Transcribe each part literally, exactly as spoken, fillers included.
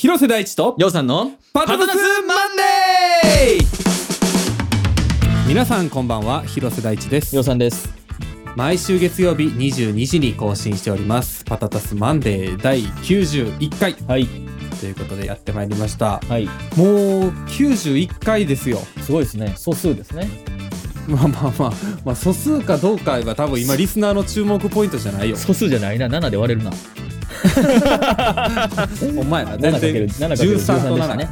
広瀬大地とようさんのパタパタスマンデー。皆さんこんばんは、広瀬大地です。 ようさんです。 毎週月曜日にじゅうにじに更新しておりますパタタスマンデーだいきゅうじゅういっかい、 はい、 ということでやってまいりました、 はい、 もうきゅうじゅういっかいですよ。 すごいですね。素数ですね。 まあまあまあ、まあ、素数かどうかは多分今リスナーの注目ポイントじゃないよ。 素数じゃないな。ななで割れるな。 お前ら全然じゅうさんとななね。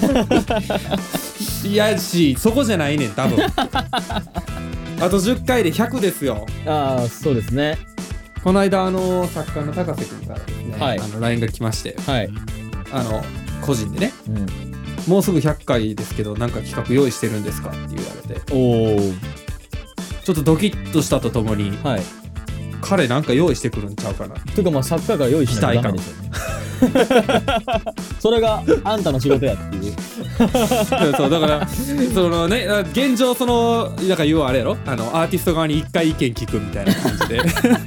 いやし、そこじゃないねん多分。あとじゅっかいでひゃくですよ。 ああ、そうですね。 この間あの作家の高瀬君からですね、はい、あの ライン が来まして、はい、あの個人でね、うん、もうすぐひゃっかいですけどなんか企画用意してるんですかって言われて、おー、ちょっとドキッとしたとともに、はい、彼なんか用意してくるんちゃうかな。 というかまあ作家が用意しないとダメですよね。それがあんたの仕事やっていう。 そうだからそのね、現状そのなんか言うあれやろ、あのアーティスト側に一回意見聞くみたいな感じで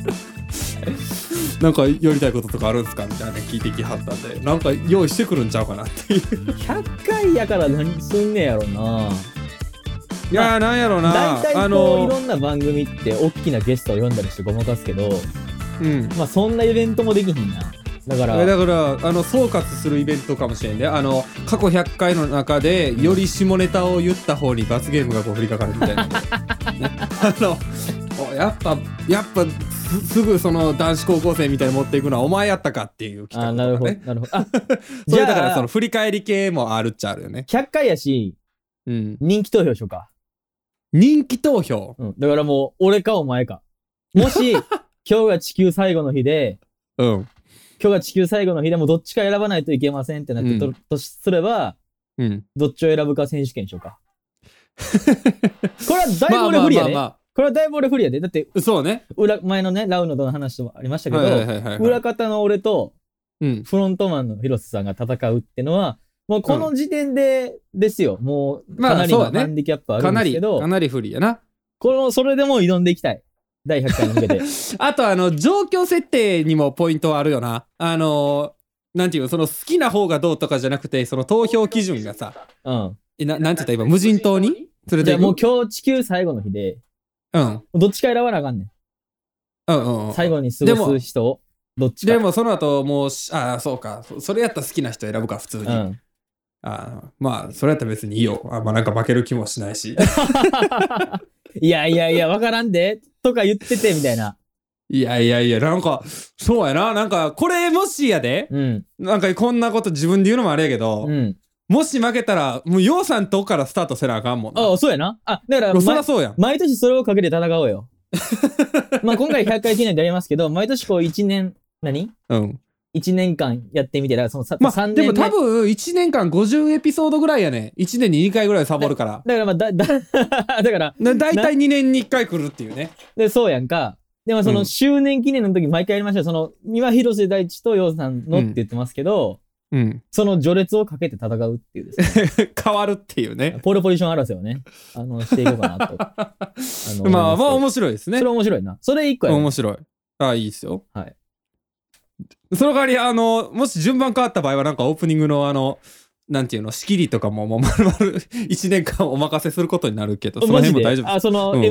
なんかやりたいこととかあるんですかみたいな聞いてきはったんで、なんか用意してくるんちゃうかなっていう。ひゃっかいやから何すんねやろな。 いやー、なんやろうな。 大体こう、あのー、いろんな番組って大きなゲストを呼んだりしてごまかすけど、うん、まあそんなイベントもできひんな。だからだからあの総括するイベントかもしれんね。あの過去ひゃっかいの中でより下ネタを言った方に罰ゲームがこう降りかかるみたいな、ね、あのやっぱやっぱ す, すぐその男子高校生みたいに持っていくのはお前やったかっていう企画とかね。 あ、なるほどなるほど。あそれだからその振り返り系もあるっちゃあるよね。 ひゃっかいやし、うん、人気投票しようか。 人気投票、 うん、だからもう俺かお前か。もし今日が地球最後の日で、うん、今日が地球最後の日でもどっちか選ばないといけませんってなって と,、うん、とすれば、うん、どっちを選ぶか選手権しようか。これはだいぶ俺不利やで、まあまあまあまあ、これはだいぶ俺不利やで。だってそうね、裏前のねラウンドの話もありましたけど、はいはいはいはい、裏方の俺と、うん、フロントマンの広瀬さんが戦うってのはもうこの時点でですよ、うん、もうかなりのハンディキャップあるんですけど、 まあね、かなりかなり不利やな。 このそれでも挑んでいきたい。だいひゃっかいに向けて。 あとあの状況設定にもポイントあるよな。あのなんていうの、その好きな方がどうとかじゃなくて、その投票基準がさ、うん、えななんて言ったら今無人島に連れて行く。 じゃあもう今日地球最後の日で、うん、どっちか選ばなあかんねん。うんうんうん、最後に過ごす人をどっちか。 でもその後もうああそうか、それやったら好きな人選ぶか普通に。うん、あまあそれやったら別にいいよ。あ、まあなんか負ける気もしないし。 いやいやいや分からんでとか言っててみたいな。 いやいやいや、なんかそうやな、なんかこれもしやで、うん、なんかこんなこと自分で言うのもあれやけど、うん、もし負けたらもうようさんとこからスタートせなあかんもんな。 ああそうやな。あだからそりゃそうやん。 毎年それをかけて戦おうよ。まあ今回ひゃっかい記念でやりますけど、毎年こういちねん何？うん。いちねんかんやってみて、だからそのさ、 まあ、さんねんめでも多分いちねんかんごじゅうエピソードぐらいやね。いちねんににかいぐらいサボるから。 だ, だからまあだだだからだいたいにねんにいっかい来るっていうね。 でそうやんか。でもその周年記念の時毎回やりましょう。その今広瀬大地と陽さんのって言ってますけど、うん、その序列をかけて戦うっていうですね。 変わるっていうね。 ポールポジション争いをね、あのしていこうかなと。あのまあまあ面白いですね。 それ面白いな。それいっこや、ね。 面白い。ああいいですよ。はい。その代わりあのもし順番変わった場合はなんかオープニングのあのなんていうの仕切りとかももう丸々いちねんかんお任せすることになるけど、その辺も大丈夫です。 あその、うん、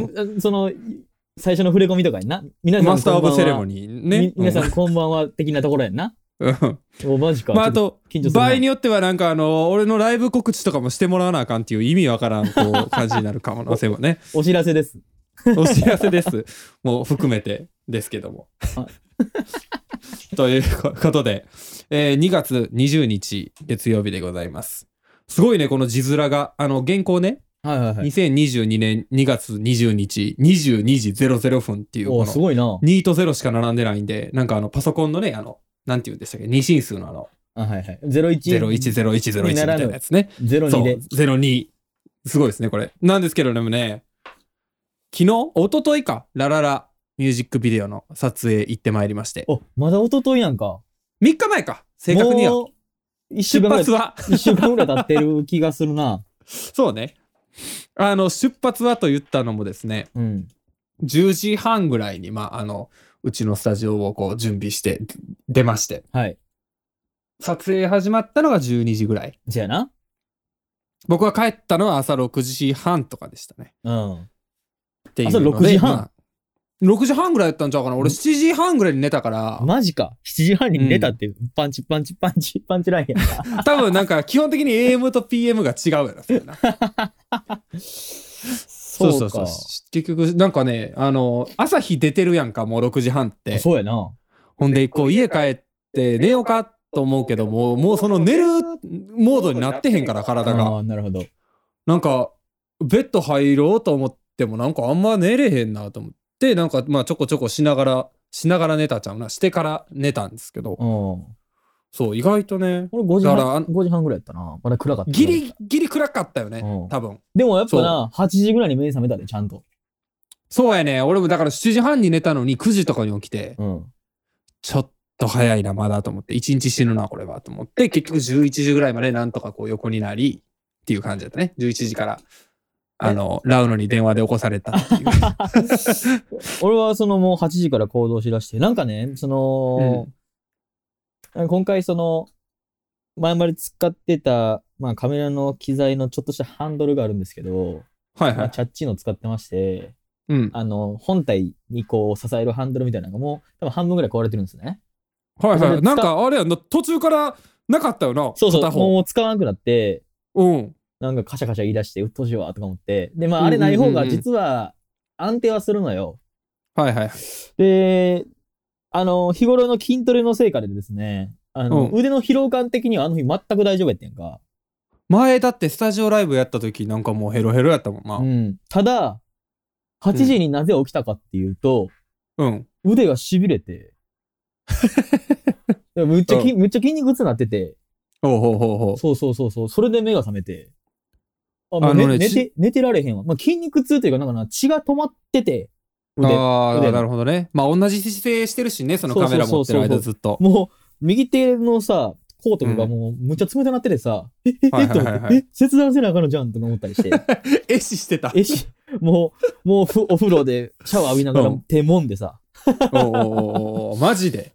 その最初の触れ込みとかにな、皆さんマスターオブセレモニーね、 皆さんこんばんは的なところやんな。うん。おマジか。 まああと場合によってはなんかあの俺のライブ告知とかもしてもらわなあかんっていう意味わからんこう感じになるかもせもね。 お知らせです。 お知らせです。もう含めてですけども。ということで、えー、にがつにじゅうにち月曜日でございます。すごいねこの字面が、あの原稿ね、はいはいはい、にせんにじゅうにねんにがつにじゅうにちにじゅうにじゼロゼロふんっていうこのすごいなにとゼロしか並んでないんで、なんかあのパソコンのね、あのなんていうんでしたっけ、二進数のあのあ、はいはい、ゼロいちゼロいちゼロいちゼロいちみたいなやつね。 ゼロにでゼロにすごいですねこれ。なんですけどでもね、昨日一昨日かラララミュージックビデオの撮影行ってまいりまして。 お、まだ一昨日やんか。 みっかまえか正確には。もう一週間ぐらい出発は一週間ぐらい経ってる気がするな。 そうね。あの出発はと言ったのもですね、うん、じゅうじはんぐらいにまああのうちのスタジオをこう準備して出まして、はい、 撮影始まったのがじゅうにじぐらい。 じゃあな。 僕が帰ったのは朝ろくじはんとかでしたね。 うん。 っていうので朝ろくじはん、 まあ、ろくじはんぐらいやったんちゃうかな。俺しちじはんぐらいに寝たから。 マジか。しちじはんに寝たっていう、うん、パンチパンチパンチパンチラインやな。 多分なんか基本的に エーエム と ピーエム が違うやな。それなそうそうそう。結局なんかね、あの朝日出てるやんか、もうろくじはんって。 そうやな。 ほんでこう家帰って寝ようかと思うけども、もうその寝るモードになってへんから体が。 ああ、なるほど。 なんかベッド入ろうと思ってもなんかあんま寝れへんなと思って、なんかまあちょこちょこしながらしながら寝たちゃうな、してから寝たんですけど。そう意外とね。 俺ごじはんごじはんぐらいやったな。まだ暗かった。 ギリギリ暗かったよね、多分。 でもやっぱなはちじぐらいに目覚めたでちゃんと。 そうやね。俺もだからしちじはんに寝たのにくじとかに起きて、うん、ちょっと早いなまだと思って、いちにち死ぬなこれはと思って、結局じゅういちじぐらいまでなんとかこう横になりっていう感じだったね。じゅういちじからあのラウノに電話で起こされたっていう俺はそのもうはちじから行動しだして、なんかねその、うん、今回その前まで使ってた、まあ、カメラの機材のちょっとしたハンドルがあるんですけど、 はいはい、 まあ、チャッチーの使ってまして、 うん、 あの本体にこう支えるハンドルみたいなのがもう多分半分ぐらい壊れてるんですね。 はいはい。なんかあれやな、途中からなかったよな。 そうそう、もう使わなくなって、 うん。 なんかカシャカシャ言い出してうっとうしいわとか思って、でまああれない方が実は安定はするのよ。 はいはい。 で、あの日頃の筋トレの成果でですね、あの、うん、腕の疲労感的にはあの日全く大丈夫やってんか。 前だってスタジオライブやった時なんかもうヘロヘロやったもんな。 うん。ただはちじになぜ起きたかっていうと、 うん、 腕が痺れて。むっちゃき、うん、むっちゃ筋肉痛になってて。 ほうほうほうほう。 そうそうそうそう。それで目が覚めて。あ、もう、ね、あのね、寝て、寝てられへんわ。まあ、筋肉痛というか、なんかな、血が止まってて。 腕ああ、なるほどね。まあ、同じ姿勢してるしね、そのカメラ持ってる間ずっと。 もう、右手のさ、コートがもう、むっちゃ冷たなっててさ、うん、え、え、え、と思って、え、切断せなあかんのじゃんとか思ったりして。 えししてた。 えし、もう、もうお風呂でシャワー浴びながら手もんでさ。 おーおーマジで。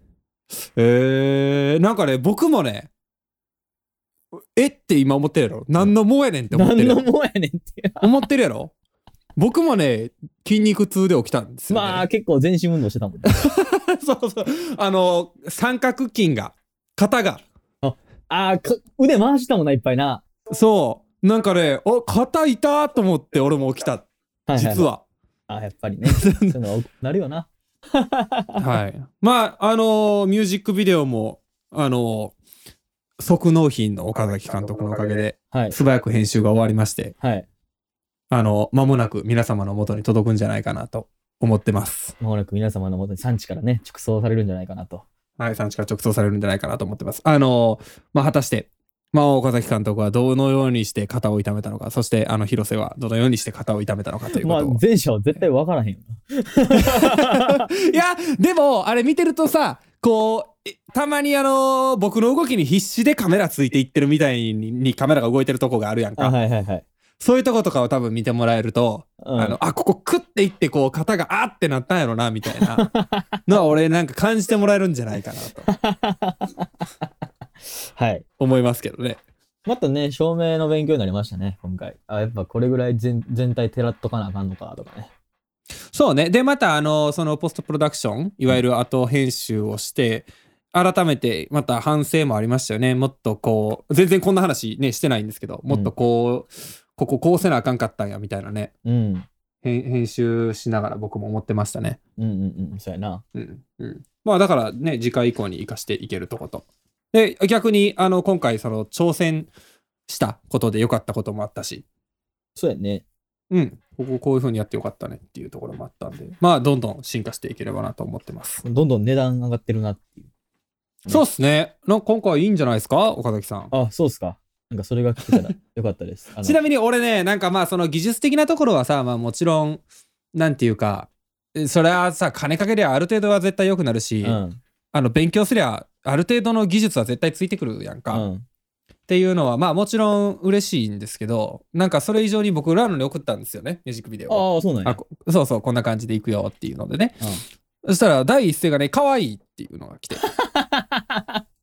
えー、なんかね、僕もね、えって今思ってるやろ。何のもやねんって思ってるやろ。 何のもやねんって思ってるやろ。僕もね、筋肉痛で起きたんですよ、ね。 まあ結構全身運動してたもんね。 そうそう。あの、三角筋が、肩が。 ああ、腕回したもんな、いっぱいな。 そう。なんかね、お、肩痛と思って俺も起きた。はいはいはい、実は。 あ、やっぱりね。そういうのなるよな。 はい。まあ、あのー、ミュージックビデオも、あのー、即納品の岡崎監督のおかげで、はい、素早く編集が終わりまして、 はい、 あの、間もなく皆様の元に届くんじゃないかなと思ってます。 間もなく皆様の元に産地からね、直送されるんじゃないかなと。 はい、産地から直送されるんじゃないかなと思ってます。あのー、まあ、果たして、まあ、岡崎監督はどのようにして肩を痛めたのか、そしてあの広瀬はどのようにして肩を痛めたのかということを。 まあ、前者は絶対分からへんよな。いや、でも、あれ見てるとさ、こう、たまにあのー、僕の動きに必死でカメラついていってるみたいに、にカメラが動いてるとこがあるやんか。 はいはいはい。 そういうとことかを多分見てもらえると、うん、あの、あ、ここクッていってこう肩があってなったんやろな、みたいなのは俺なんか感じてもらえるんじゃないかなと。 はい。 思いますけどね。 またね、照明の勉強になりましたね、今回。あ、やっぱこれぐらい 全, 全体照らっとかなあかんのかとかね。 そうね。で、また、あの、そのポストプロダクション、いわゆる後編集をして、改めて、また反省もありましたよね。もっとこう、全然こんな話ね、してないんですけど、もっとこう、うん、こここうせなあかんかったんや、みたいなね。 うん。 編集しながら僕も思ってましたね。 うんうんうん、そうやな。 うんうん。まあだからね、次回以降に生かしていけるとこと。で、逆に、あの、今回、その、挑戦したことで良かったこともあったし。 そうやね。 うん。ここ、こういう風にやってよかったねっていうところもあったんで、まあ、どんどん進化していければなと思ってます。 どんどん値段上がってるなっていう。ね、 そうっすね。なんか今回いいんじゃないですか、岡崎さん。 あ、そうっすか。なんかそれが聞けたらよかったです。 ちなみに俺ね、なんかまあ、その技術的なところはさ、まあもちろん、なんていうか、それはさ、金かけりゃある程度は絶対良くなるし、うん、あの、勉強すりゃ、ある程度の技術は絶対ついてくるやんか、うん、っていうのはまあもちろん嬉しいんですけど、なんかそれ以上に僕ラーノに送ったんですよね、ミュージックビデオ。 ああ、そうなんや。 あ、そうそう、こんな感じでいくよっていうのでね、うん、そしたら第一声がね、可愛いっていうのが来ていや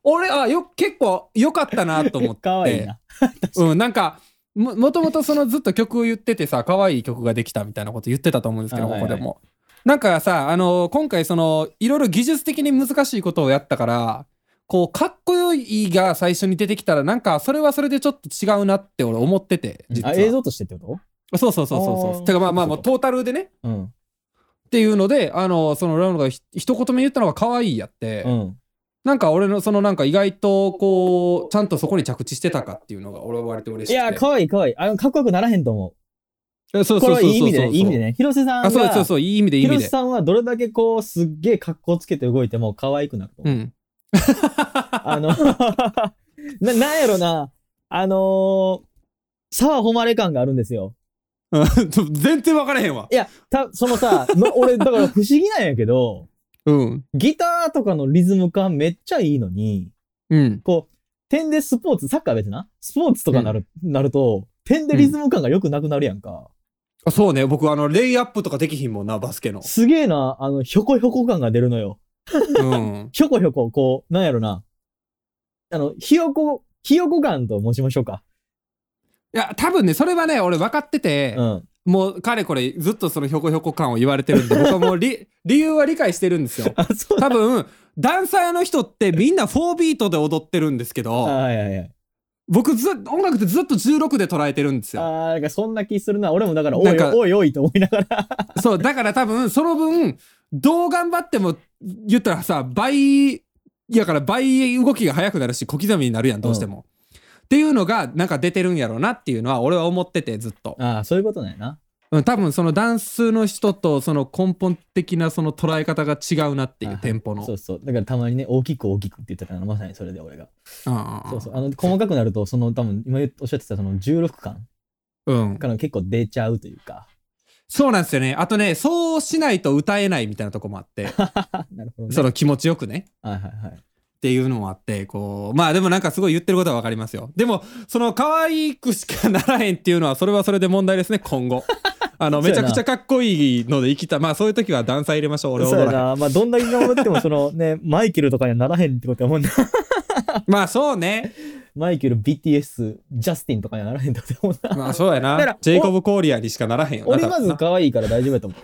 俺、あ、よ、結構良かったなと思って。 かわいいな。 うん、なんか、も、もともとそのずっと曲を言っててさ、可愛い曲ができたみたいなこと言ってたと思うんですけど、 あ、はいはい、 ここでも。なんかさ、あのー今回その、いろいろ技術的に難しいことをやったから、こう、かっこいいが最初に出てきたら、なんか、それはそれでちょっと違うなって俺思ってて、実は。 あ、映像としてってこそうそうそうそうそう。てかまあまあ、もうトータルでね。 と？うん。 っていうので、あのーそのラウンドがひ一言目言ったのが可愛いやって、 うん。 なんか俺のそのなんか意外とこう、ちゃんとそこに着地してたかっていうのが俺は割と嬉しくて。 いや、かわいいかわいい。あの、かっこよくならへんと思う。 そうそうこれそうそう。 はいい意味でね、いい意味でね。広瀬さんが、 あ、そうそうそう、いい意味でいい意味で。 広瀬さんはどれだけこう、すっげえ格好つけて動いても可愛くなると思う。うん。あのな、なんやろな、あのー、沢誉れ感があるんですよ。 全然分からへんわ。 いや、た、そのさ、ま、俺、だから不思議なんやけど、 うん。 ギターとかのリズム感めっちゃいいのに、 うん。 こう、点でスポーツ、サッカー別なスポーツとかなる、うん、なると、点でリズム感が良くなくなるやんか。 うん、そうね、僕あの、レイアップとかできひんもんな、バスケの。 すげえな、あの、ひょこひょこ感が出るのよ。 うん。 ひょこひょこ、こう、なんやろな。あの、ひよこ、ひよこ感と申しましょうか。 いや、多分ね、それはね、俺分かってて、うん、もう、かれこれ、ずっとそのひょこひょこ感を言われてるんで、僕はもう理、理由は理解してるんですよ。 あ、そう多分、ダンサーの人ってみんなフォービートで踊ってるんですけど、 はいはいはい。 僕ず、音楽ってずっとじゅうろくで捉えてるんですよ。 ああ、なんかそんな気するな。俺もだから、おいおいおいと思いながら。 そう、だから多分、その分、どう頑張っても、言ったらさ、倍、やから倍動きが速くなるし、小刻みになるやん、どうしても。うん、っていうのが、なんか出てるんやろうなっていうのは、俺は思ってて、ずっと。 ああ、そういうことなんやな。 うん、多分そのダンスの人とその根本的なその捉え方が違うなっていう、テンポの。 そうそう。だからたまにね、大きく大きくって言ってたのまさにそれで俺が。 あそうそう。あの、細かくなると、その多分今おっしゃってたそのじゅうろくかん。うん。から結構出ちゃうというか。 そうなんですよね。あとね、そうしないと歌えないみたいなとこもあって。 なるほどね。 その気持ちよくね。 はいはいはい。 っていうのもあって、こう、まあでもなんかすごい言ってることはわかりますよ。でも、その可愛くしかならへんっていうのは、それはそれで問題ですね、今後。あの、めちゃくちゃかっこいいので生きた。まあそういう時はダンサー入れましょう。俺は。 そうやな。まあどんだけ頑張っても、そのね、マイケルとかにはならへんってことやもんな。 まあそうね。 マイケル、ビーティーエス、ジャスティンとかにはならへんってことやもんな。 まあそうやな。ジェイコブ・コーリアにしかならへんよな。 俺まず可愛いから大丈夫やと思って。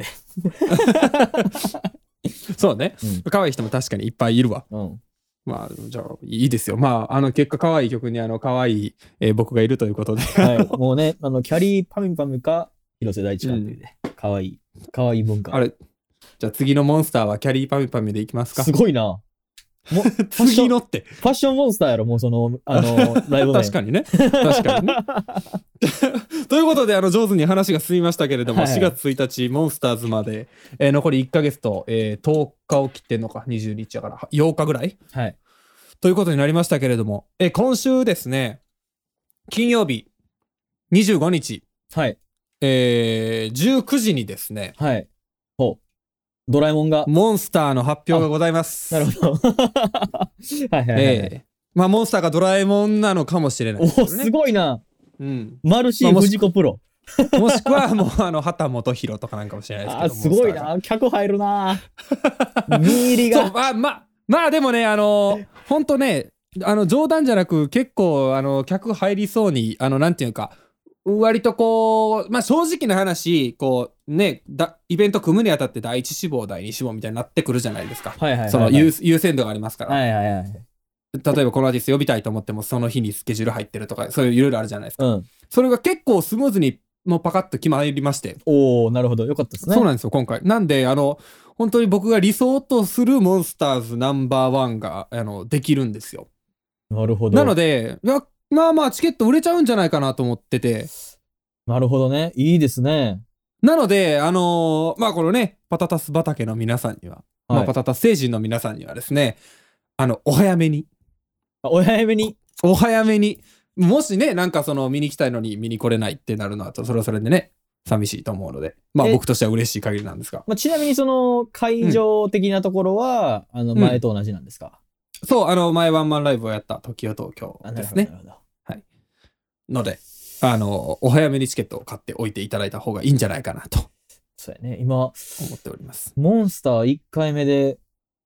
そうね。うん、可愛い人も確かにいっぱいいるわ。 うん。 まあ、じゃあ、いいですよ。まあ、あの、結果、可愛い曲に、あの、可愛い、えー、僕がいるということで。 はい。もうね、あの、キャリーパミュパミュか、広瀬大地かっていうね、うん、可愛い、可愛い文化。 あれ、じゃあ次のモンスターはキャリーパミュパミュでいきますか。 すごいな。 も次のって。 ファッションモンスターやろ、もうその、あの、ライブ確かにね。確かにね。ということで、あの、上手に話が進みましたけれども、はいはい、しがつついたち、モンスターズまで、えー、残りいっかげつと、えー、とおかを切ってんのか、にじゅうにちやから、ようかぐらい。 はい。 ということになりましたけれども、えー、今週ですね、金曜日、にじゅうごにち。 はい。 えー、じゅうくじにですね、 はい。ほう。ドラえもんが。 モンスターの発表がございます。 なるほど。はいはいはい、はい。 えー、まあ、モンスターがドラえもんなのかもしれないです、ね。 お、すごいな。 うん。 マルシー藤子プロ。 もしくはもうあの畑基博とかなんかもしれないですけど。 あ、すごいな。客入るな。見入りが。 そう、まあまあ、まあでもね、あの、ほんとね、あの冗談じゃなく結構あの客入りそうに、あのなんていうか、割とこう、まあ正直な話、こうね、だイベント組むにあたって第一志望、第二志望みたいになってくるじゃないですか。 はいはいはいはい、 その 優, 優先度がありますから。 はいはいはい。 例えばこのアーティスト呼びたいと思ってもその日にスケジュール入ってるとか、そういういろいろあるじゃないですか。 うん。 それが結構スムーズにもうパカッと決まりまして。 おー、なるほど。よかったですね。 そうなんですよ、今回。なんで、あの、本当に僕が理想とするモンスターズナンバーワンが、あの、できるんですよ。 なるほど。 なので、まあまあチケット売れちゃうんじゃないかなと思ってて。 なるほどね。いいですね。 なので、あのー、まあこのね、パタタス畑の皆さんには、はい、まあパタタス星人の皆さんにはですね、あの、お早めに。 お早めにお早めに。もしね、なんかその見に行きたいのに見に来れないってなるのは、それはそれでね、寂しいと思うので、まあ僕としては嬉しい限りなんですが。 まあ、ちなみにその会場的なところは、うん、あの前と同じなんですか？ うん、そう、あの前ワンマンライブをやった時は東京ですね。 なるほど。 はい。ので、あの、お早めにチケットを買っておいていただいた方がいいんじゃないかなと。 そうやね、今、思っております。 モンスターいっかいめで、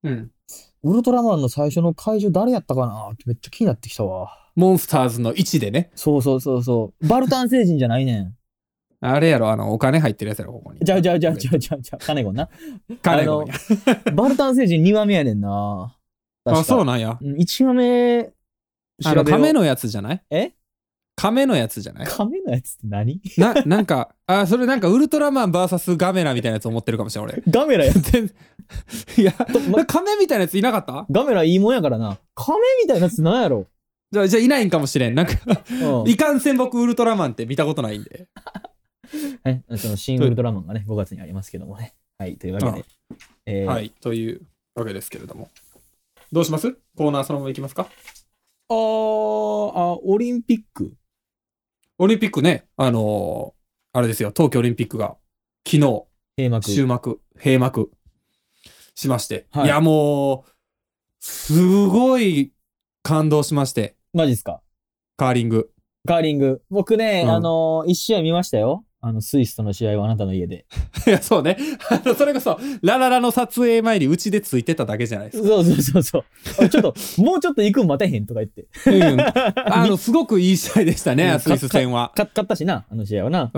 うん。 ウルトラマンの最初の怪獣誰やったかなってめっちゃ気になってきたわ。 モンスターズのいちでね。 そうそうそうそう。バルタン星人じゃないねん。 あれやろ、あの、お金入ってるやつやろ、ここに。 じゃあじゃあじゃあじゃあじゃあじゃあ、カネゴンな。 カネゴンや。 バルタン星人にわめやねんな。 あ、そうなんや。 いちわめ、 あの、亀のやつじゃない？ え亀のやつじゃない？ 亀のやつって何？ な、なんか、あ、それなんかウルトラマン ブイエス ガメラみたいなやつ思ってるかもしれん、俺。 ガメラや。 いや、ま、亀みたいなやついなかった？ ガメラいいもんやからな。亀みたいなやつなんやろ？ じゃあ、じゃあいないんかもしれん。なんか、うん、いかんせん僕ウルトラマンって見たことないんで。 はい、その新ウルトラマンがね、ごがつにありますけどもね。はい、というわけで。 えー、はい、というわけですけれども。どうします？コーナーそのままいきますか？ あー、あ、オリンピック。 オリンピックね、あのー、あれですよ、冬季オリンピックが昨日、 閉幕。 終幕、閉幕しまして。はい、いや、もう、すごい感動しまして。 マジっすか？ カーリング。 カーリング。僕ね、うん、あのー、一試合見ましたよ。あの、スイスとの試合はあなたの家で。 いや、そうね。あの、それこそ、ラララの撮影前にうちでついてただけじゃないですか。 そうそうそうそう。ちょっと、もうちょっと行くん待てへんとか言って。 うん。あの、すごくいい試合でしたね、うん、スイス戦は。 勝ったしな、あの試合はな。 うん。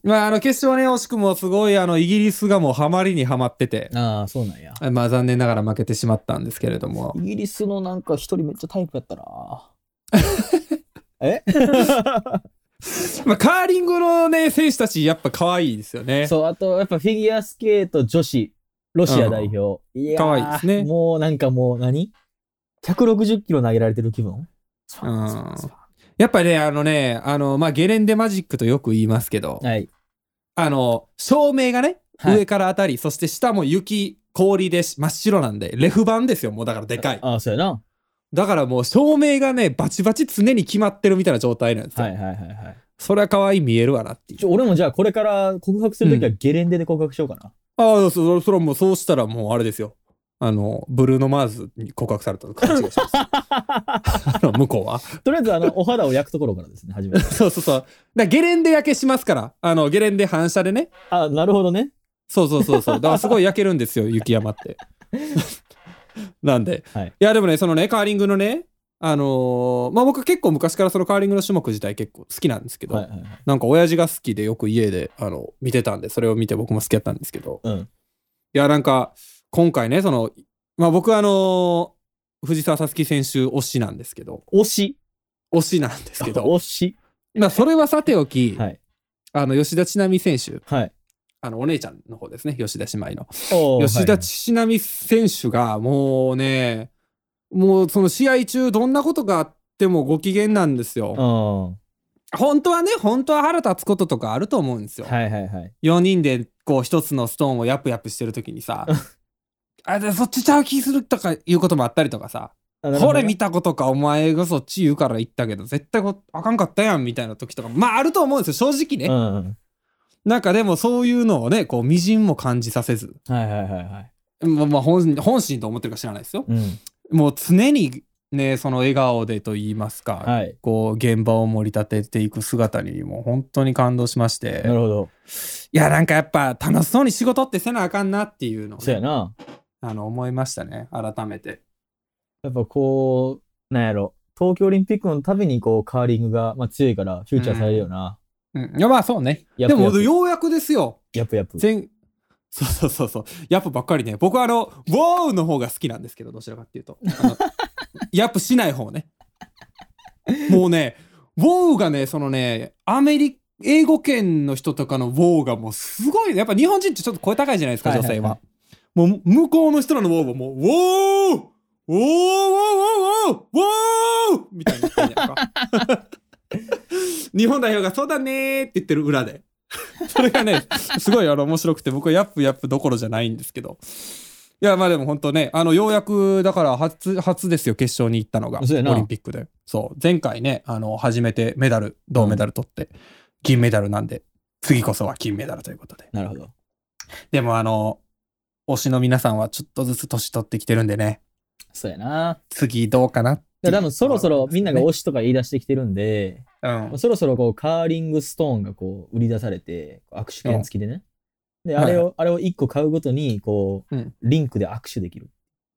まあ、あの、決勝ね、惜しくもすごい、あの、イギリスがもうハマりにハマってて。 ああ、そうなんや。 まあ、残念ながら負けてしまったんですけれども。 イギリスのなんか一人めっちゃタイプやったな。えまあ、カーリングのね、選手たち、やっぱ可愛いですよね。 そう、あと、やっぱフィギュアスケート女子、ロシア代表。うん、いやー、 可愛いですね。 もうなんかもう何 ?ひゃくろくじゅっキロ投げられてる気分。うん。 やっぱね、あのね、あの、まあ、ゲレンデマジックとよく言いますけど、 はい。 あの、照明がね、はい、上から当たり、そして下も雪、氷で真っ白なんで、レフ板ですよ、もうだからでかい。 ああ、そうやな。 だからもう照明がね、バチバチ常に決まってるみたいな状態なんですよ。 はいはいはいはい。 それは可愛い見えるわなっていう。 ちょ俺もじゃあこれから告白するときはゲレンデで告白しようかな。 うん、ああ、そ、それはもうそうしたらもうあれですよ。あの、ブルーノ・マーズに告白されたの勘違いします。あの向こうは。 とりあえずあの、お肌を焼くところからですね、初めて。 そうそうそう。だゲレンデ焼けしますから。あの、ゲレンデ反射でね。 あ、なるほどね。 そうそうそうそう。だからすごい焼けるんですよ、雪山って。なんで、はい、いやでもね、そのね、カーリングのね、あのー、まあ僕結構昔からそのカーリングの種目自体結構好きなんですけど、はいはいはい、なんか親父が好きでよく家であの見てたんで、それを見て僕も好きだったんですけど、うん、いやなんか今回ね、その、まあ僕はあのー、藤澤五月選手推しなんですけど、 推し推しなんですけど、 推しまあそれはさておき、 はい、 あの吉田知那美選手、 はい、 あのお姉ちゃんの方ですね、吉田姉妹の吉田知那美選手がもうね、もうその試合中どんなことがあってもご機嫌なんですよ。本当はね、本当は腹立つこととかあると思うんですよ。 はいはいはい。 よにんでこう一つのストーンをヤプヤプしてる時にさあ、そっちちゃう気するとかいうこともあったりとかさ、これ見たことか、お前がそっち言うから言ったけど絶対こあかんかったやんみたいな時とかまああると思うんですよ、正直ね。うんうん、なんかでもそういうのをね、こうみじんも感じさせず、 はいはいはいはい、 まあ、まあ 本, 本心と思ってるか知らないですよ。うん、もう常にね、その笑顔でと言いますか、はい、こう現場を盛り立てていく姿にもう本当に感動しまして。 なるほど。 いやなんかやっぱ楽しそうに仕事ってせなあかんなっていうのを、ね、 そうやな、 あの思いましたね、改めて。 やっぱこうなんやろ、東京オリンピックのたびにこうカーリングが、まあ、強いからフューチャーされるよな。 うん、うん、いやまあそうね。やっぱやっぱでもようやくですよ。 やっぱやっぱ全そうそうそうそう、やっぱばっかりね。僕はあのウォーの方が好きなんですけど、どちらかっていうとあのやっぱしない方ね。もうね、ウォーがね、そのね、アメリカ英語圏の人とかのウォーがもうすごい、やっぱ日本人ってちょっと声高いじゃないですか、女性は。はいはいはい、もう向こうの人らのウォーはもうウォーウォーウォーウォーウォーウォーみたいに言ってるじゃないですか。日本代表がそうだねーって言ってる裏で。それがね、すごいあの面白くて、僕はヤップヤップどころじゃないんですけど。いやまあでも本当ね、あのようやくだから初初ですよ、決勝に行ったのがオリンピックで。そう前回ね、あの初めてメダル銅メダル取って、うん、銀メダルなんで次こそは金メダルということで。 なるほど。 でもあの推しの皆さんはちょっとずつ年取ってきてるんでね。 そうやな。 次どうかなって。 多分そろそろみんなが推しとか言い出してきてるんで、うん、そろそろこうカーリングストーンがこう売り出されて握手券付きでね。で、あれを、はい、あれをいっこ買うごとに、こう、うん、リンクで握手できる。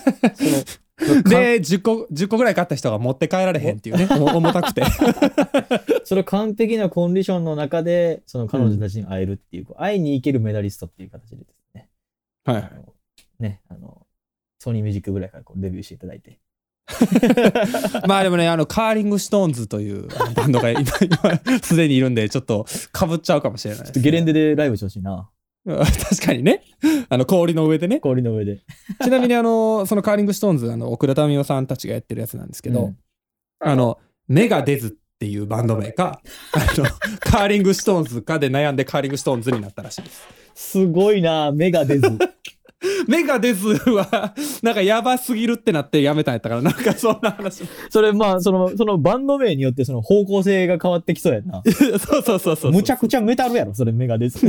でじゅっこじゅっこぐらい買った人が持って帰られへんっていうね重たくてそれ完璧なコンディションの中でその彼女たちに会えるっていう、うん、会いに行けるメダリストっていう形でですね、 はいはい、 ね、あのソニーミュージックぐらいからこうデビューしていただいてまあでもね、あのカーリングストーンズというバンドが今すでにいるんでちょっとかぶっちゃうかもしれないです、ね、 ゲレンデでライブしてほしいな。 確かにね、あの氷の上でね。 氷の上で。 ちなみにあのそのカーリングストーンズ、あの奥田民生さんたちがやってるやつなんですけど、うん、あのメガデズっていうバンド名かあのカーリングストーンズかで悩んでカーリングストーンズになったらしいです。 すごいな、メガデズ。 メガデズはなんかやばすぎるってなってやめたんやったから、なんかそんな話。 それまあそのそのバンド名によってその方向性が変わってきそうやな。 そうそうそうそう。 むちゃくちゃメタルやろそれメガデズ。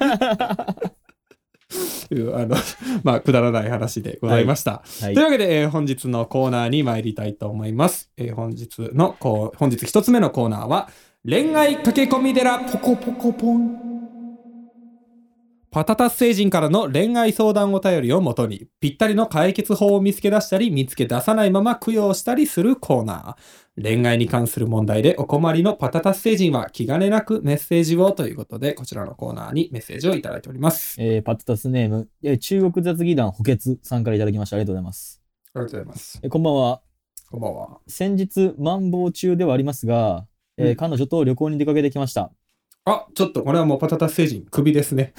いうあのまあくだらない話でございました。はいはい、というわけで、えー、本日のコーナーに参りたいと思います。えー、本日のこう本日一つ目のコーナーは恋愛駆け込み寺ポコポコポン。パタタス星人からの恋愛相談お便りをもとにぴったりの解決法を見つけ出したり見つけ出さないまま供養したりするコーナー。恋愛に関する問題でお困りのパタタス星人は気兼ねなくメッセージをということで、こちらのコーナーにメッセージをいただいております。 えー、パタタスネーム、えー、中国雑技団補欠さんからいただきました。ありがとうございます。 ありがとうございます。 えー、こんばんは。 こんばんは。 先日マンボウ中ではありますが、えーうん、彼女と旅行に出かけてきました。 あ、ちょっとこれはもうパタタス星人クビですね。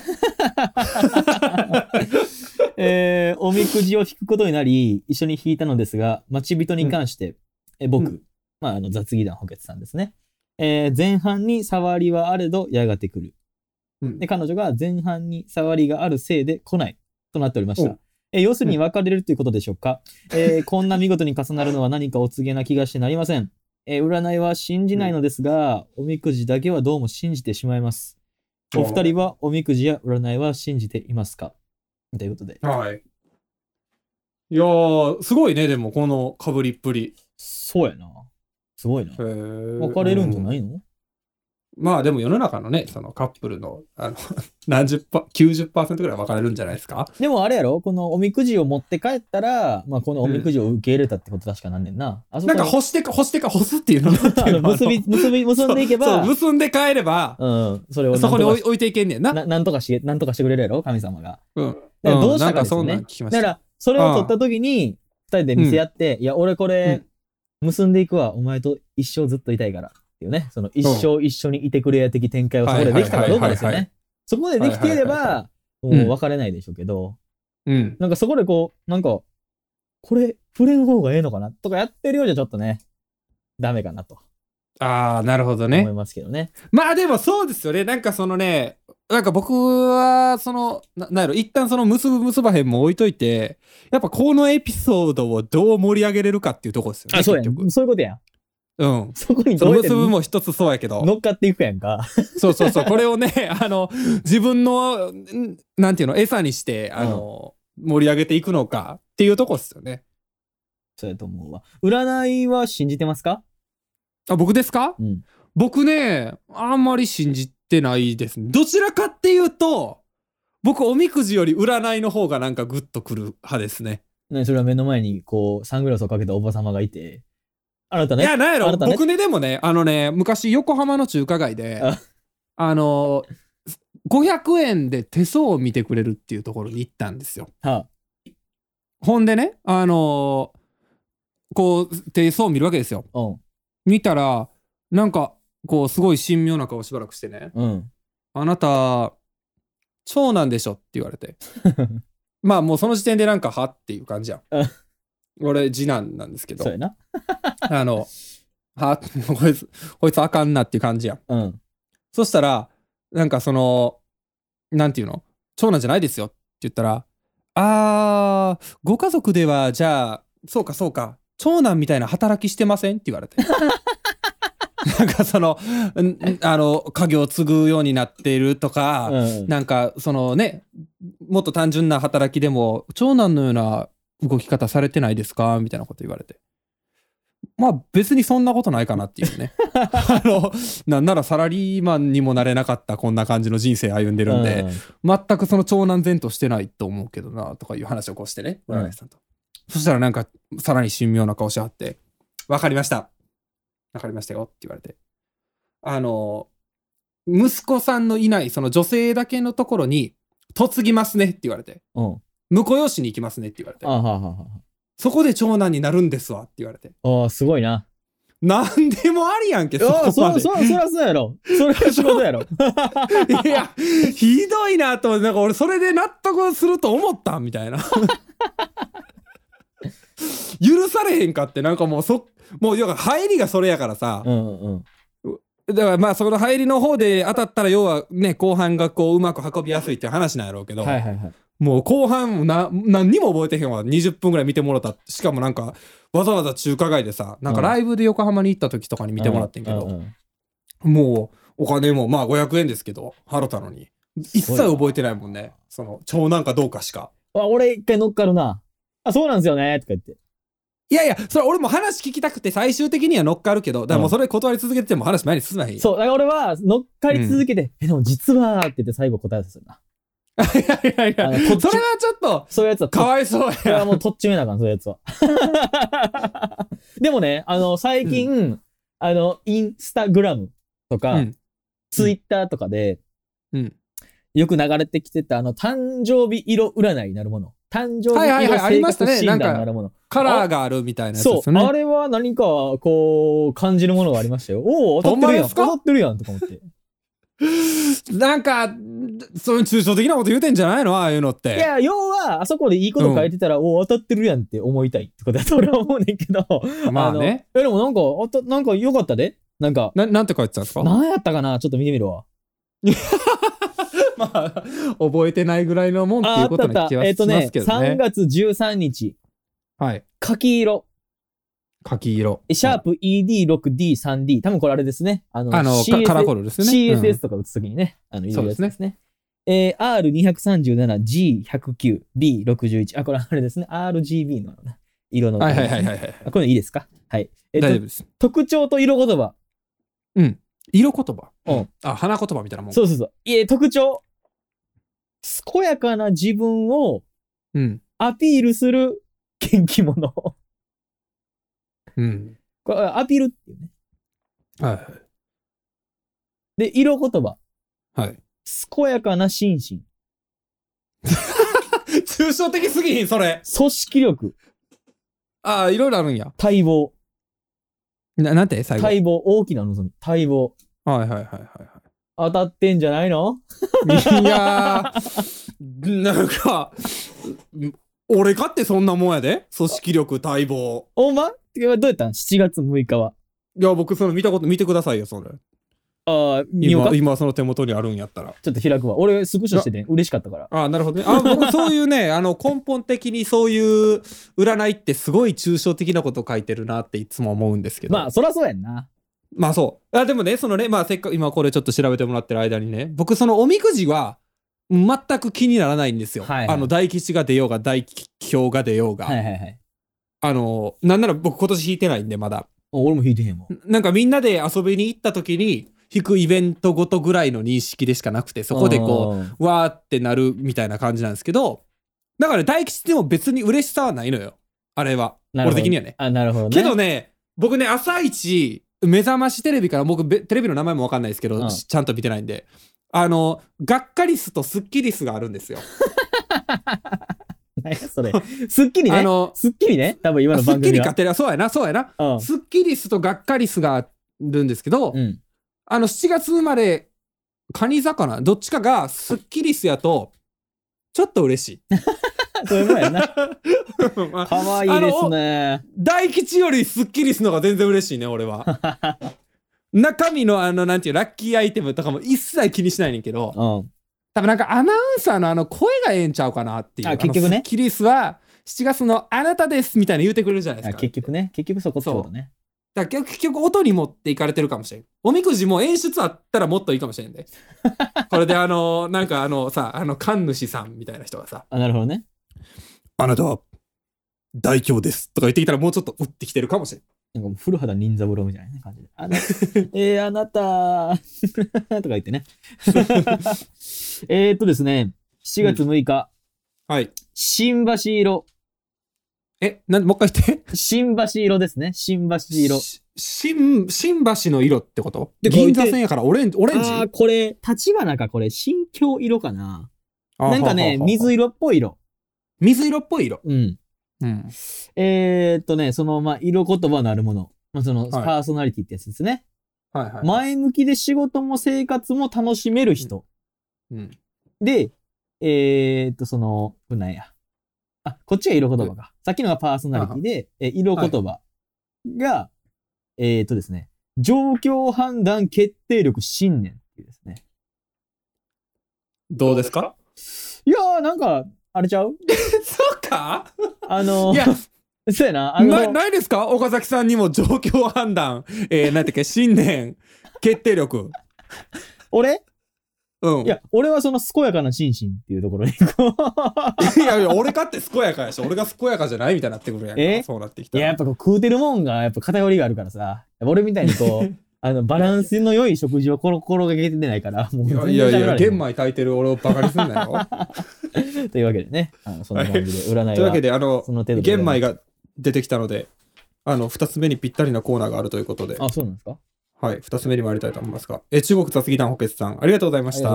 えー、おみくじを引くことになり一緒に引いたのですが、待ち人に関して、うん、え僕、うん、まあ、あの雑技団補欠さんですね、えー、前半に触りはあれどやがて来る、うん、で彼女が前半に触りがあるせいで来ないとなっておりました。えー、要するに別れるということでしょうか。うん、えー、こんな見事に重なるのは何かお告げな気がしてなりません。えー、占いは信じないのですが、うん、おみくじだけはどうも信じてしまいます。お二人はおみくじや占いは信じていますかということで。 はい。いやー、すごいね、でもこのかぶりっぷり。 そうやな。すごいな。へー。別れるんじゃないの？うん、 まあでも世の中のね、そのカップルの、あの、何十パ、きゅうじゅっパーセントぐらい別れるんじゃないですか？ でもあれやろ、このおみくじを持って帰ったら、まあこのおみくじを受け入れたってこと確かなんねんな。うん、 あそこなんか干してか、干してか、干すっていうのっていうの結び、結び、結んでいけば。 そう、そう結んで帰れば、 うん。それをそこに置いていけんねんな。 な、なんとかし、なんとかしてくれるやろ神様が。 うん。 だからどうしたかですよね。うん、だから、それを取った時に、二人で見せ合って、うん、いや、俺これ、結んでいくわ。お前と一生ずっといたいから。っていうね。その一生一緒にいてくれや的展開をそこでできたかどうかですよね。そこでできていれば、もう別れないでしょうけど、うん。なんかそこでこう、なんか、これ、触れん方がええのかなとかやってるようじゃちょっとね、ダメかなと。 ああ、なるほどね。 思いますけどね。 まあでもそうですよね。なんかそのね、なんか僕は、その、な、なんやろ、一旦その結ぶ結ばへんも置いといて、やっぱこのエピソードをどう盛り上げれるかっていうところですよね。 あ、そうやん。そういうことやん。 うん。 そこにどうやって結ぶも一つそうやけど。 乗っかっていくやんか。 そうそうそう。これをね、あの、自分の、なんていうの、餌にして、あの、うん、盛り上げていくのかっていうとこですよね。 そうやと思うわ。占いは信じてますか？ あ、僕ですか？ うん。 僕ね、あんまり信じてないですね。どちらかっていうと、僕おみくじより占いの方がなんかグッとくる派ですね。 ね、それは目の前にこうサングラスをかけたおばさまがいて、あなたね。 いや、なんやろ、ね、僕ね、でもね、あのね、昔横浜の中華街で、あ, あの、ごひゃくえんで手相を見てくれるっていうところに行ったんですよ。 はあ、 ほんでね、あの、こう手相を見るわけですよ。 うん、 見たら、なんか、こう、すごい神妙な顔しばらくしてね。 うん。 あなた、長男でしょって言われて。まあ、もうその時点でなんか、はっていう感じやん。俺、次男なんですけど。 そうやな。 あの、はこいつ、こいつあかんなっていう感じやん。 うん。 そしたら、なんかその、なんていうの？長男じゃないですよって言ったら、あー、ご家族では、じゃあ、そうかそうか、長男みたいな働きしてませんって言われて。なんかその、あの、家業を継ぐようになっているとか、うん、なんかそのね、もっと単純な働きでも、長男のような動き方されてないですかみたいなこと言われて。まあ別にそんなことないかなっていうね。あの、なんならサラリーマンにもなれなかったこんな感じの人生歩んでるんで、うん、全くその長男前としてないと思うけどな、とかいう話をこうしてね、村井さんと。 そしたらなんかさらに神妙な顔しはって、わかりましたわかりましたよって言われて、あの息子さんのいないその女性だけのところに嫁ぎますねって言われて、うん、婿養子に行きますねって言われて、あははは、そこで長男になるんですわって言われて、 ああすごいな、 なんでもありやんけ、そこまで。 そ、そ、そりゃそうやろ。それは仕事やろ。 いや、ひどいなと思って、なんか俺それで納得すると思ったみたいな。許されへんかって、なんかもうそ、もう要は入りがそれやからさ。うんうん。だからまあその入りの方で当たったら要はね、後半がこううまく運びやすいっていう話なんやろうけど。はいはいはい。もう後半な何にも覚えてへんわ。にじゅっぷんぐらい見てもらった。しかもなんかわざわざ中華街でさ、なんかライブで横浜に行った時とかに見てもらってんけど、うんうんうん、もうお金もまあごひゃくえんですけど払ったのに一切覚えてないもんね。その長男かどうかしか。 あ、俺一回乗っかるな。あ、そうなんですよねとか言って。 いやいや、それ俺も話聞きたくて最終的には乗っかるけど、だからもうそれ断り続けてても話前に進まへんよ。 そう、だから俺は乗っかり続けて、うん、え、でも実はって言って最後答えさせるな。 いやいやいや、それはちょっと、 そういうやつは、 かわいそうや。 それはもうとっちめなあかん、そういうやつは。でもね、あの、最近、うん、あの、インスタグラムとか、うん、ツイッターとかで、うん、よく流れてきてた、あの、誕生日色占いになるもの。誕生日色生活診断になるもの。 カラーがあるみたいなやつですよね。そう、あれは何か、こう、感じるものがありましたよ。おお、当たってるやん。当たってるやん、とか思って。 なんか、そういう抽象的なこと言うてんじゃないのああいうのって。 いや、要は、あそこでいいこと書いてたら、うん、お当たってるやんって思いたいってことだと俺は思うねんけど。 まあね。 あえ、でもなんか、あた、なんか良かったで。なんか。 な、なんて書いてたんですか？ 何やったかなちょっと見てみるわ。 まあ、覚えてないぐらいのもんっていうことな気はしますけどね。えっとね、 さんがつじゅうさんにち。 はい。 柿色。 柿色。 シャープ イーディーろくディースリーディー。多分これあれですね。 あの、あの シーエスエス、カラコルですね。 シーエスエス とか打つときにね、うん、あの、入れるやつですね。えー、アールにひゃくさんじゅうなな、ジーひゃくきゅう、ビーろくじゅういち。あ、これあれですね。アールジービー の色の、ね。 はいはいはいはい、はい。 こういうのいいですか？はい。 えー、大丈夫です。 特徴と色言葉。 うん。色言葉。うん。あ、花言葉みたいなもん。 そうそうそう。いえ、特徴。健やかな自分をアピールする元気者。 うん。 これアピールっていうね。 はいはい。 で、色言葉。 はい。 健やかな心身。 抽象的すぎひん、それ。 組織力。 ああ、いろいろあるんや。 待望。 な、なんて最後。 待望。大きな望み。待望。 はいはいはいはい。 当たってんじゃないの？ いやー、なんか、俺かってそんなもんやで。組織力、待望。 おま？どうやったん ?しちがつむいかは。 いや、僕その見たこと、見てくださいよ、それ。 ああ、 今、今その手元にあるんやったら。 ちょっと開くわ。俺、スクショしてて、ね、嬉しかったから。 ああ、なるほどね。あ僕、そういうね、あの、根本的にそういう占いってすごい抽象的なこと書いてるなっていつも思うんですけど。 まあ、そらそうやんな。 まあそう。あ、でもね、そのね、まあせっかく今これちょっと調べてもらってる間にね、僕そのおみくじは全く気にならないんですよ。はいはい、あの大吉が出ようが大凶が出ようが。はいはいはい。あの、なんなら僕今年引いてないんでまだ。 俺も引いてへんもん。 なんかみんなで遊びに行った時に引くイベントごとぐらいの認識でしかなくて、そこでこう、わーってなるみたいな感じなんですけど、だから大吉でも別に嬉しさはないのよ。あれは。俺的にはね。 あ、なるほどね。 けどね、僕ね、朝一、目覚ましテレビから僕テレビの名前も分かんないですけど、うん、ちゃんと見てないんであのがっかりすとスッキリすがあるんですよ。 何やそれスッキリねあのスッキリね多分今の番組はスッキリかてそうやなそうやな、うん、スッキリすとがっかりすがあるんですけど、うん、あのしちがつ生まれカニ座かなどっちかがスッキリすやとちょっと嬉しい。 そういうもんやな。かわいいですね。 大吉よりスッキリすのが全然嬉しいね、俺は。中身のあの、なんていうラッキーアイテムとかも一切気にしないねんけど、うん、多分なんかアナウンサーのあの声がええんちゃうかなっていう。 あ、結局ね。 スッキリすはしちがつのあなたですみたいな言うてくれるじゃないですか。 あ、結局ね。結局そこってことね。 だから結局音に持っていかれてるかもしれん。おみくじも演出あったらもっといいかもしれんで。これであの、なんかあのさ、あの神主さんみたいな人がさ。 あ、なるほどね。 あなたは大凶ですとか言ってきたらもうちょっと打ってきてるかもしれん。 なんかもう古畑任三郎みたいな感じで。あのえー、あなたとか言ってね。えっとですね、しちがつむいか。 うん、はい。 新橋色。 え、なん、もう一回言って。 新橋色ですね。新橋色。 新、新橋の色ってこと？で、銀座線やからオレンジ、オレンジ？ ああ、これ、立花か、これ、新京色かな。なんかね、水色っぽい色。 水色っぽい色。 うん。うん。えー、っとね、その、まあ、色言葉なるもの。まあ、その、はい、パーソナリティってやつですね。はいはい。前向きで仕事も生活も楽しめる人。うん。うん、で、えー、っと、その、なんや。あ、こっちが色言葉か。さっきのがパーソナリティで、え色言葉が、はい、えー、っとですね、状況判断決定力信念っていうですね。 どうですか？ いやー、なんか、あれちゃうそうかあのー、 いや、 そうやな。あのー、な、ないですか？岡崎さんにも状況判断、えー、なんていうか、信念、決定力。 俺うん。 いや、俺はその健やかな心身っていうところにいやいや、俺かって健やかやし、俺が健やかじゃないみたいになってくるやんか。えそうなってきた。 いや、やっぱこう食うてるもんが、やっぱ偏りがあるからさ、俺みたいにこう、あの、バランスの良い食事を心がけてないから、もう全然いやいやいや、玄米炊いてる俺をバカにすんなよ。 というわけでね、あのそんな感じで占いは。 というわけで、あの、玄米が出てきたので、あの、二つ目にぴったりなコーナーがあるということで。 あ、そうなんですか？ はい、二つ目に参りたいと思いますが、え中国雑技団補欠さん、ありがとうございました。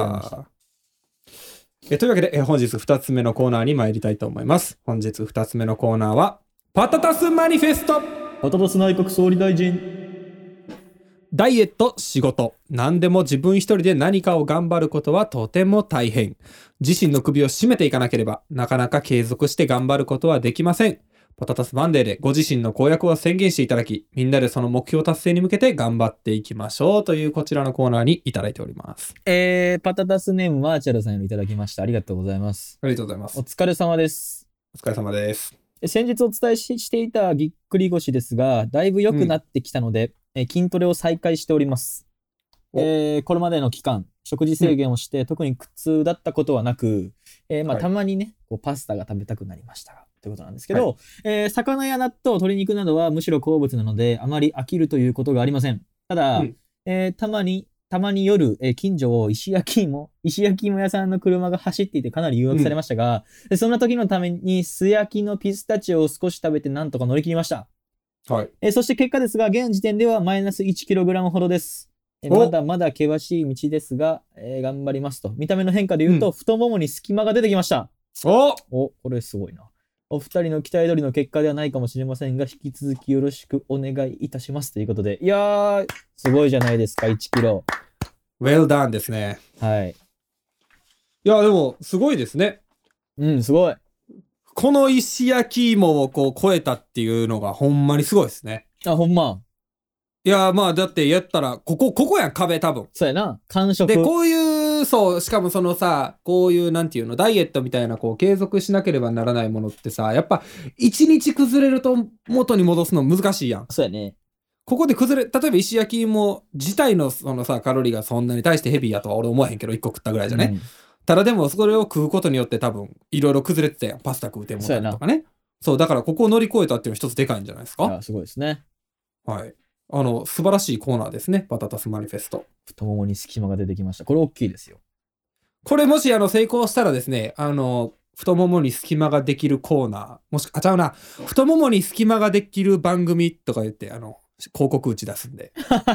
えというわけで、え本日ふたつめのコーナーに参りたいと思います。本日ふたつめのコーナーは、パタタスマニフェスト。 パタタス内閣総理大臣。 ダイエット、仕事、何でも自分一人で何かを頑張ることはとても大変。自身の首を絞めていかなければ、なかなか継続して頑張ることはできません。パタタスマンデーでご自身の公約を宣言していただき、みんなでその目標達成に向けて頑張っていきましょうというこちらのコーナーにいただいております。 えー、パタタスネームワーチャルさんよりいただきました。ありがとうございます。 ありがとうございます。 お疲れ様です。 お疲れ様です。 先日お伝え し, していたぎっくり腰ですが、だいぶ良くなってきたので、うん、え筋トレを再開しております。えー、これまでの期間、食事制限をして、うん、特に苦痛だったことはなく、えーまあ、はい、たまにね、こうパスタが食べたくなりましたということなんですけど、はい、えー、魚や納豆、鶏肉などはむしろ好物なので、あまり飽きるということがありません。ただ、うん、えー、たまに、たまに夜、えー、近所を石焼き芋、石焼き芋屋さんの車が走っていてかなり誘惑されましたが、うん、そんな時のために素焼きのピスタチオを少し食べてなんとか乗り切りました。はい。えー、そして結果ですが、現時点ではマイナスいちキログラムほどです。えー、まだまだ険しい道ですが、えー、頑張りますと。見た目の変化で言うと、うん、太ももに隙間が出てきました。おお、これすごいな。お二人の期待通りの結果ではないかもしれませんが、引き続きよろしくお願いいたしますということで。いやー、すごいじゃないですか、いちキロ。 Well done ですね。 はい。 いや、でも、すごいですね。 うん、すごい。 この石焼き芋をこう超えたっていうのがほんまにすごいですね。 あ、ほんま。 いや、まあ、だってやったら、ここ、ここやん、壁多分。 そうやな。完食。 で、こういう、そう、しかもそのさ、こういう、なんていうの、ダイエットみたいな、こう、継続しなければならないものってさ、やっぱ、一日崩れると元に戻すの難しいやん。 そうやね。 ここで崩れ、例えば石焼き芋自体のそのさ、カロリーがそんなに対してヘビーやとは俺思わへんけど、一個食ったぐらいじゃね。うん、ただでも、それを食うことによって多分、いろいろ崩れてたやん。パスタ食うてもたりとかね。そう、だからここを乗り越えたっていうのは一つでかいんじゃないですか。 あ、すごいですね。 はい。あの、素晴らしいコーナーですね。パタタスマニフェスト。 太ももに隙間が出てきました。これ大きいですよ。 これもしあの成功したらですね、あの、太ももに隙間ができるコーナー、もしくは、あ、ちゃうな、太ももに隙間ができる番組とか言って、あの、広告打ち出すんで。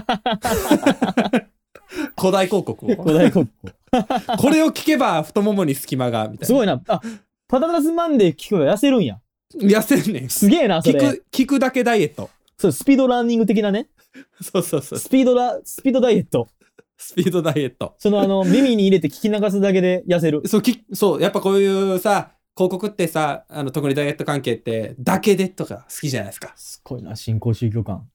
古代広告を。 古代広告。 これを聞けば太ももに隙間が、みたいな。 すごいな。あ、パタタスマンデー聞くば痩せるんや。 痩せんねん。 すげえな、それ。 聞く、聞くだけダイエット。 そう、スピードランニング的なね。 そうそうそう。 スピードラ、スピードダイエット。 スピードダイエット。 そのあの、耳に入れて聞き流すだけで痩せる。 そう、き、そう、やっぱこういうさ、広告ってさ、あの、特にダイエット関係って、だけでとか好きじゃないですか。 すごいな、新興宗教感。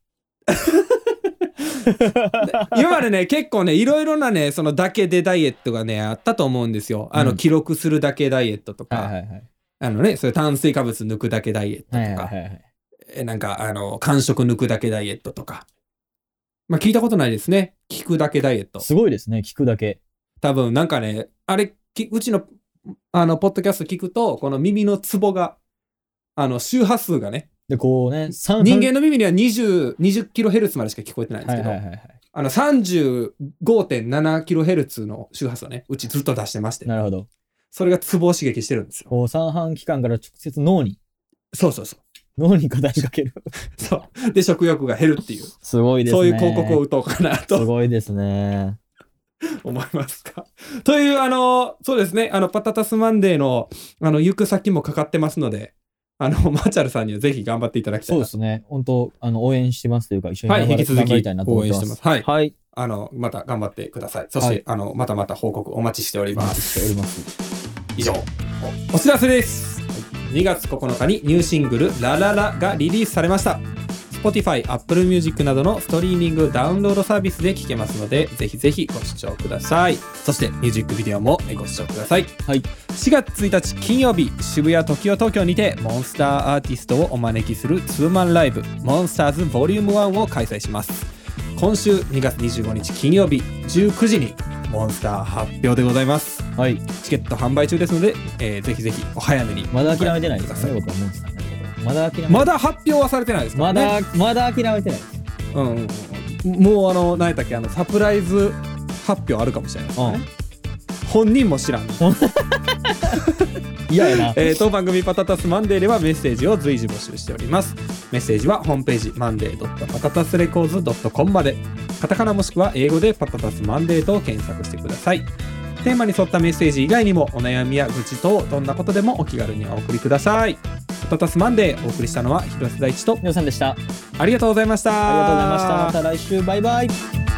今までね、結構ね、いろいろなね、そのだけでダイエットがね、あったと思うんですよ。あの、うん、記録するだけダイエットとか、はいはいはい、あのね、そういう炭水化物抜くだけダイエットとか、はいはいはい、えなんか、あの、間食抜くだけダイエットとか。まあ、聞いたことないですね。聞くだけダイエット。 すごいですね、聞くだけ。 多分、なんかね、あれ、うちの、あの、ポッドキャスト聞くと、この耳のツボが、あの、周波数がね、 で、こうね、 人間の耳にはにじゅう、にじゅっキロヘルツまでしか聞こえてないんですけど、はいはいはいはい、あの さんじゅうごてんななキロヘルツ の周波数をね、うちずっと出してまして。 なるほど。 それがツボを刺激してるんですよ。 こう、三半規管から直接脳に。 そうそうそう。 脳に語りかける。 そうで食欲が減るっていう、 すごいですね。 そういう広告を打とうかなと。 すごいですね。 思いますか。というあのそうですね、あのパタタスマンデーのあの行く先もかかってますので、あのマーチャルさんにはぜひ頑張っていただきたいな。 そうですね。本当あの応援してますというか、一緒にはい、 頑張,、 引き続き頑張りたいなと思ってます。 応援してます。はい。 はい、 あのまた頑張ってください。そして、 はい、 あのまたまた報告お待ちしております。 しております。 以上 お, お知らせです。にがつここのかにニューシングルラララがリリースされました。Spotify、Apple Music などのストリーミングダウンロードサービスで聴けますので、ぜひぜひご視聴ください。そしてミュージックビデオもご視聴ください。 はい、 しがつついたち金曜日、渋谷トキオ東京にてモンスターアーティストをお招きするツーマンライブモンスターズ ボリュームワン を開催します。今週にがつにじゅうごにち金曜日じゅうくじにモンスター発表でございます。 はい、 チケット販売中ですので、えー、ぜひぜひお早めに。 まだ諦めてないですね、僕はモンスターね。まだ諦めまだ発表はされてないですからね。 まだまだ諦めてないです。 うんうんうん、もうあの何やったっけ、あのサプライズ発表あるかもしれないですね、うん、本人も知らん嫌やな、 えー、当番組パタタスマンデーではメッセージを随時募集しております。メッセージはホームページマンデー パタタスレコーズ ドットコム まで、カタカナもしくは英語でパタタスマンデーと検索してください。テーマに沿ったメッセージ以外にもお悩みや愚痴等どんなことでもお気軽にお送りください。パタタスマンデーお送りしたのは広瀬大地と皆さんでした。 ありがとうございました。 ありがとうございました。また来週、バイバイ。